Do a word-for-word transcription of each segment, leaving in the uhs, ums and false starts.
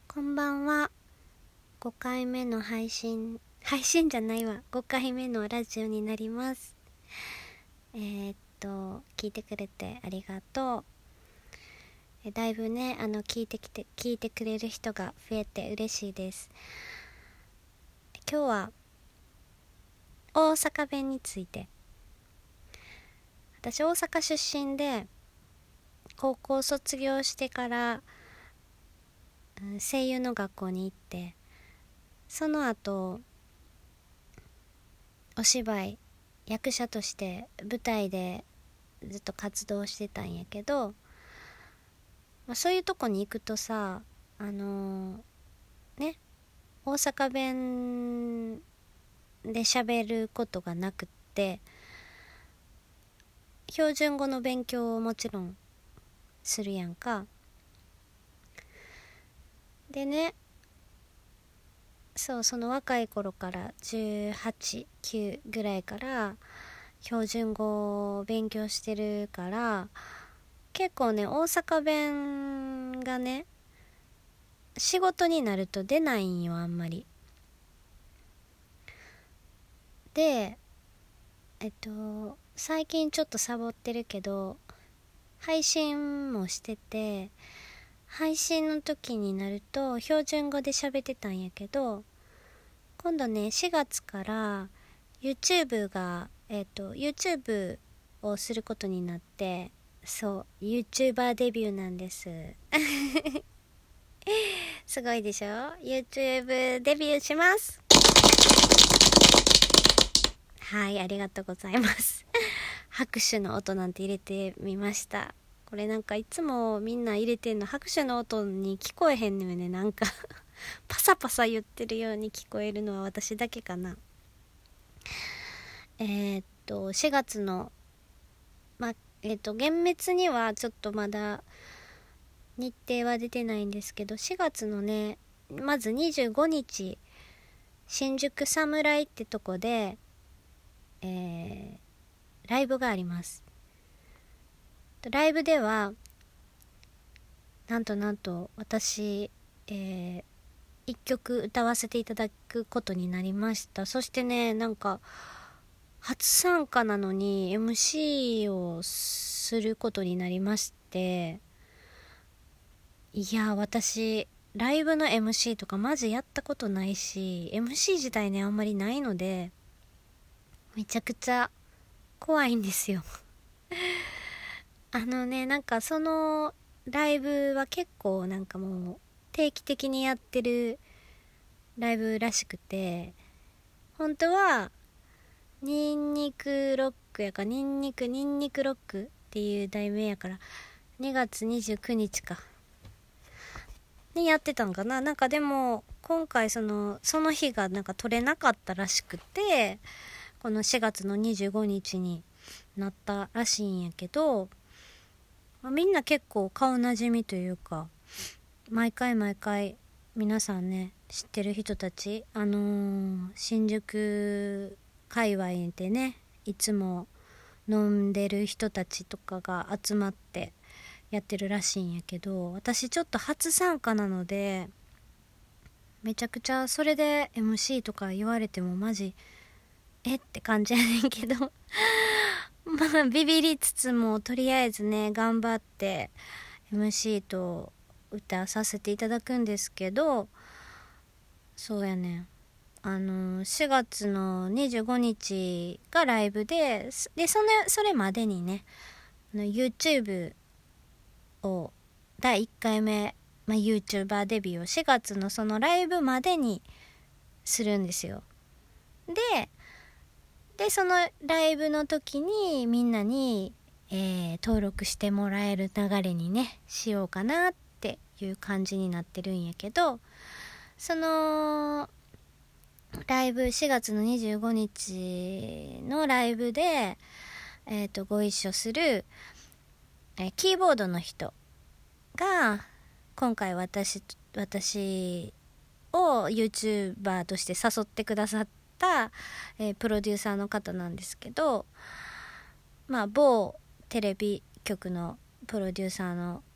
こんばんは。ごかいめの配信配信じゃないわごかいめのラジオになります。えー、っと聞いてくれてありがとう。えだいぶねあの聞いてきて聞いてくれる人が増えて嬉しいです。今日は大阪弁について。私大阪出身で、高校卒業してから声優の学校に行って、その後お芝居役者として舞台でずっと活動してたんやけど、まあ、そういうとこに行くとさ、あのー、ね大阪弁で喋ることがなくって、標準語の勉強をもちろんするやんか。でね、そうその若い頃からじゅうはち、きゅうぐらいから標準語を勉強してるから、結構ね大阪弁がね仕事になると出ないんよ、あんまり。でえっと最近ちょっとサボってるけど、配信もしてて、配信の時になると標準語で喋ってたんやけど、今度ねしがつから YouTube がえっと YouTube をすることになって、そう YouTuber デビューなんですすごいでしょ。 YouTube デビューします。はい、ありがとうございます拍手の音なんて入れてみました。これなんかいつもみんな入れてんの拍手の音に聞こえへんのよね。なんかパサパサ言ってるように聞こえるのは私だけかな。えー、っとしがつのまえー、っと厳密にはちょっとまだ日程は出てないんですけど、しがつのねまずにじゅうごにち新宿サムライってとこで、えー、ライブがあります。ライブではなんとなんと私、えー、一曲歌わせていただくことになりました。そしてね、なんか初参加なのに エムシー をすることになりまして、いや私ライブの エムシー とかマジやったことないし、 エムシー 自体ねあんまりないのでめちゃくちゃ怖いんですよあのねなんかそのライブは結構なんかもう定期的にやってるライブらしくて、本当はニンニクロックやかニンニクニンニクロックっていう題名やから、にがつにじゅうくにちかにやってたんかな。なんかでも今回そのその日がなんか取れなかったらしくて、このしがつのにじゅうごにちになったらしいんやけど、まあ、みんな結構顔なじみというか、毎回毎回皆さんね知ってる人たち、あのー、新宿界隈でねいつも飲んでる人たちとかが集まってやってるらしいんやけど、私ちょっと初参加なのでめちゃくちゃそれで エムシー とか言われてもマジえって感じやねんけどまあビビりつつもとりあえずね頑張って エムシー と歌させていただくんですけど、そうやねん、あのしがつのにじゅうごにちがライブで、でそれそれまでにねあの YouTube をだいいっかいめ、まあ、YouTuber デビューをしがつのそのライブまでにするんですよ。ででそのライブの時にみんなに、えー、登録してもらえる流れにねしようかなっていう感じになってるんやけど、そのライブしがつのにじゅうごにちのライブで、えー、とご一緒する、えー、キーボードの人が今回私私を YouTuber として誘ってくださった、えー、プロデューサーの方なんですけど、まあ某テレビ局のプロデューサーの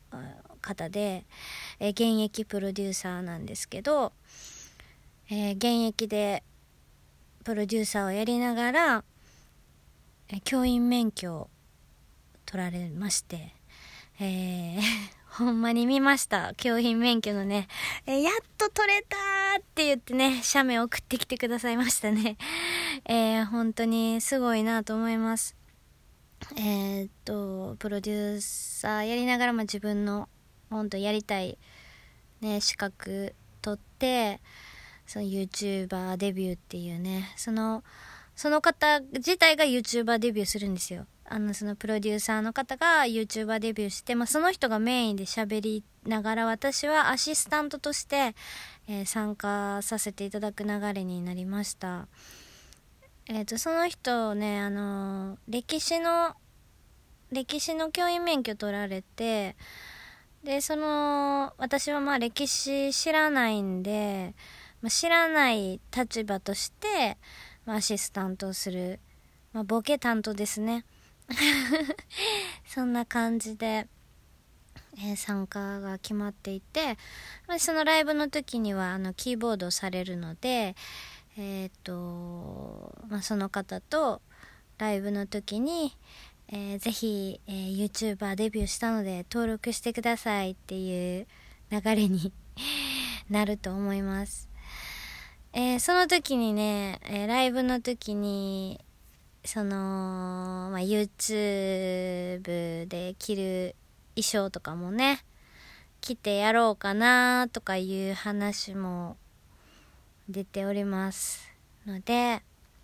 方で、えー、現役プロデューサーなんですけど、えー、現役でプロデューサーをやりながら、えー、教員免許を取られまして、えー、ほんまに見ました。教員免許のね、えー、やっと取れたーって言ってね、写メ送ってきてくださいましたね。えー、本当にすごいなと思います。えー、っとプロデューサーやりながら、まあ、自分の本当やりたい、ね、資格取って、その YouTuber デビューっていうね、そのその方自体が YouTuber デビューするんですよ。あのそのプロデューサーの方が YouTuber デビューして、まあ、その人がメインで喋りながら、私はアシスタントとして、えー、参加させていただく流れになりました。えーと、その人ね、あのー、歴史の歴史の教員免許取られて、でその私はまあ歴史知らないんで、まあ、知らない立場として、まあ、アシスタントをする、まあ、ボケ担当ですねそんな感じで、えー、参加が決まっていて、まあ、そのライブの時にはあのキーボードをされるので、えーとまあ、その方とライブの時に、えー、ぜひ、えー、YouTuber デビューしたので登録してくださいっていう流れになると思います。えー、その時にね、えー、ライブの時にその、まあ、YouTube で着る衣装とかもね着てやろうかなとかいう話も出ておりますので、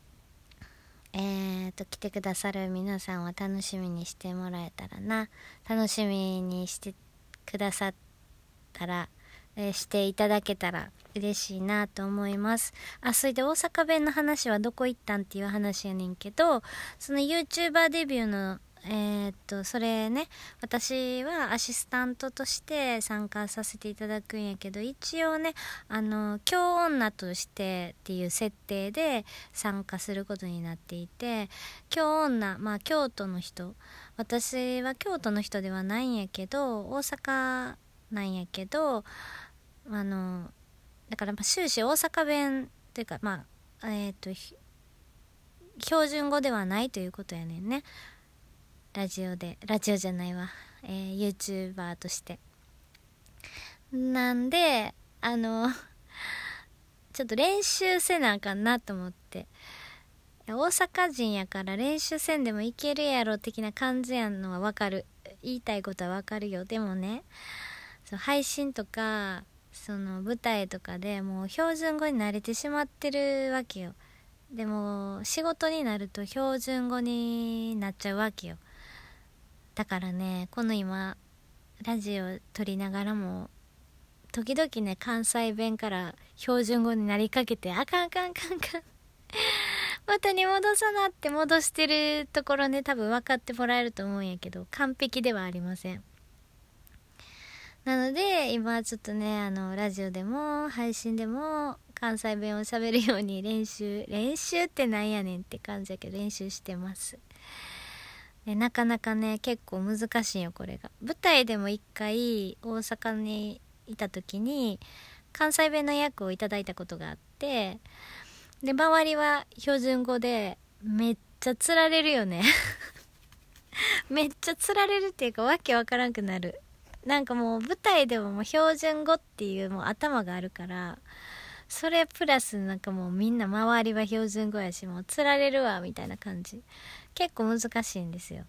えーと来てくださる皆さんは楽しみにしてもらえたらな、楽しみにしてくださったら、えー、していただけたら嬉しいなと思います。あ、それで大阪弁の話はどこ行ったんっていう話やねんけど、その YouTuber デビューのえー、っとそれね、私はアシスタントとして参加させていただくんやけど、一応ねあの京女としてっていう設定で参加することになっていて、京女、まあ京都の人、私は京都の人ではないんやけど大阪なんやけど、あのだからまあ終始大阪弁というか、まあえー、っと標準語ではないということやねんね。ラジオでラジオじゃないわ、えー、YouTuber としてなんで、あのちょっと練習せなあかんなと思って、いや大阪人やから練習せんでもいけるやろ的な感じやんのはわかる、言いたいことはわかるよ。でもね、そう配信とかその舞台とかでもう標準語に慣れてしまってるわけよ。でも仕事になると標準語になっちゃうわけよ。だからね、この今ラジオ撮りながらも時々ね関西弁から標準語になりかけて、あかんあかんあかんあかん元に戻さなって戻してるところね、多分分かってもらえると思うんやけど、完璧ではありません。なので今ちょっとね、あのラジオでも配信でも関西弁を喋るように練習練習ってなんやねんって感じやけど練習してます。でなかなかね結構難しいよこれが。舞台でも一回大阪にいた時に関西弁の役をいただいたことがあって、で周りは標準語でめっちゃつられるよねめっちゃつられるっていうかわけわからんくなる。なんかもう舞台でももう標準語っていうもう頭があるから、それプラスなんかもうみんな周りは標準語やし、もうつられるわみたいな感じ、結構難しいんですよ。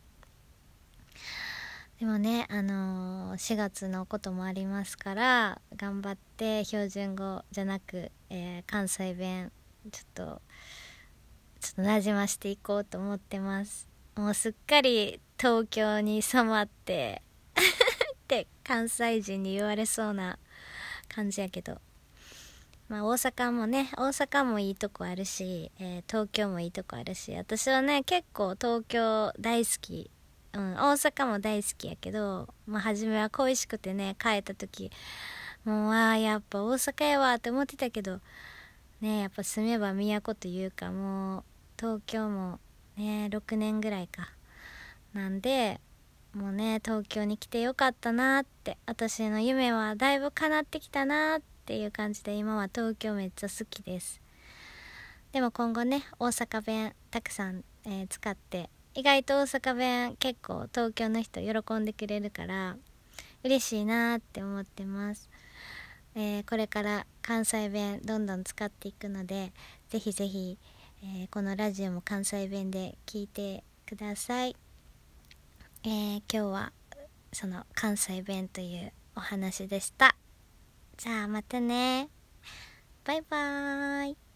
でもね、あのー、しがつのこともありますから頑張って標準語じゃなく、えー、関西弁ちょっとちょっとなじましていこうと思ってます。もうすっかり東京に染まってって関西人に言われそうな感じやけど、まあ大阪もね、大阪もいいとこあるし、えー、東京もいいとこあるし、私はね結構東京大好き、うん、大阪も大好きやけど、まあ初めは恋しくてね、帰った時もうあーやっぱ大阪やわって思ってたけどね、やっぱ住めば都というか、もう東京もねろくねんぐらいかなんで、 もうね、東京に来てよかったなって、私の夢はだいぶ叶ってきたなっていう感じで、今は東京めっちゃ好きです。でも今後ね、大阪弁たくさん、えー使って、意外と大阪弁結構東京の人喜んでくれるから嬉しいなって思ってます。えーこれから関西弁どんどん使っていくので、ぜひぜひ、えーこのラジオも関西弁で聞いてください。えー今日はその関西弁というお話でした。じゃあまたね。バイバーイ。